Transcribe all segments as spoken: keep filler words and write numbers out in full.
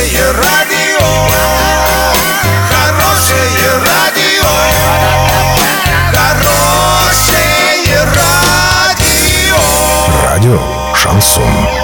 Хорошее радио, хорошее радио, хорошее радио. Радио Шансон.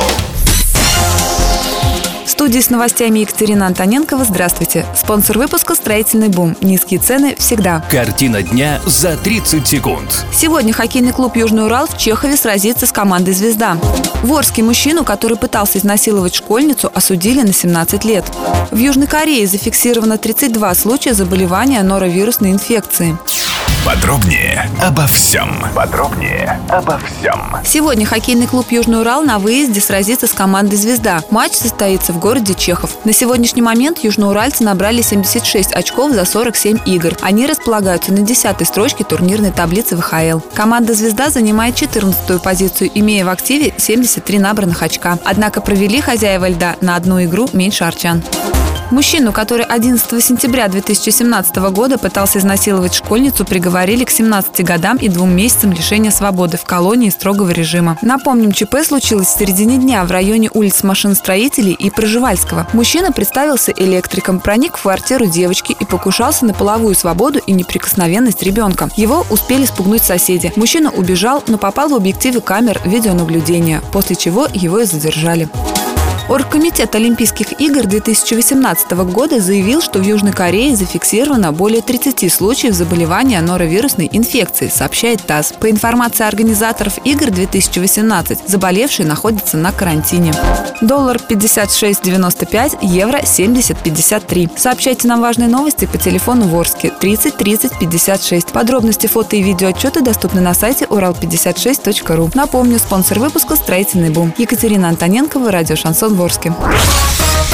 В студии с новостями Екатерина Антоненкова. Здравствуйте. Спонсор выпуска «Строительный бум». Низкие цены всегда. Картина дня за тридцать секунд. Сегодня хоккейный клуб «Южный Урал» в Чехове сразится с командой «Звезда». В Орске мужчину, который пытался изнасиловать школьницу, осудили на семнадцать лет. В Южной Корее зафиксировано тридцать два случая заболевания норовирусной инфекции. Подробнее обо всем. Подробнее обо всем. Сегодня хоккейный клуб «Южный Урал» на выезде сразится с командой «Звезда». Матч состоится в городе Чехов. На сегодняшний момент южноуральцы набрали семьдесят шесть очков за сорок семь игр. Они располагаются на десятой строчке турнирной таблицы вэ ха эл. Команда «Звезда» занимает четырнадцатую позицию, имея в активе семьдесят три набранных очка. Однако провели хозяева льда на одну игру меньше арчан. Мужчину, который одиннадцатого сентября две тысячи семнадцатого года пытался изнасиловать школьницу, приговорили к семнадцати годам и двум месяцам лишения свободы в колонии строгого режима. Напомним, ЧП случилось в середине дня в районе улиц Машиностроителей и Пржевальского. Мужчина представился электриком, проник в квартиру девочки и покушался на половую свободу и неприкосновенность ребенка. Его успели спугнуть соседи. Мужчина убежал, но попал в объективы камер видеонаблюдения, после чего его и задержали. Оргкомитет Олимпийских игр две тысячи восемнадцатого года заявил, что в Южной Корее зафиксировано более тридцати случаев заболевания норовирусной инфекцией, сообщает ТАСС. По информации организаторов игр две тысячи восемнадцать, заболевшие находятся на карантине. Доллар пятьдесят шесть девяносто пять, евро семьдесят пятьдесят три. Сообщайте нам важные новости по телефону в Орске тридцать тридцать пятьдесят шесть. Подробности, фото и видеоотчеты доступны на сайте урал пятьдесят шесть точка ру. Напомню, спонсор выпуска «Строительный бум». Екатерина Антоненкова, радио Шансон в Орске.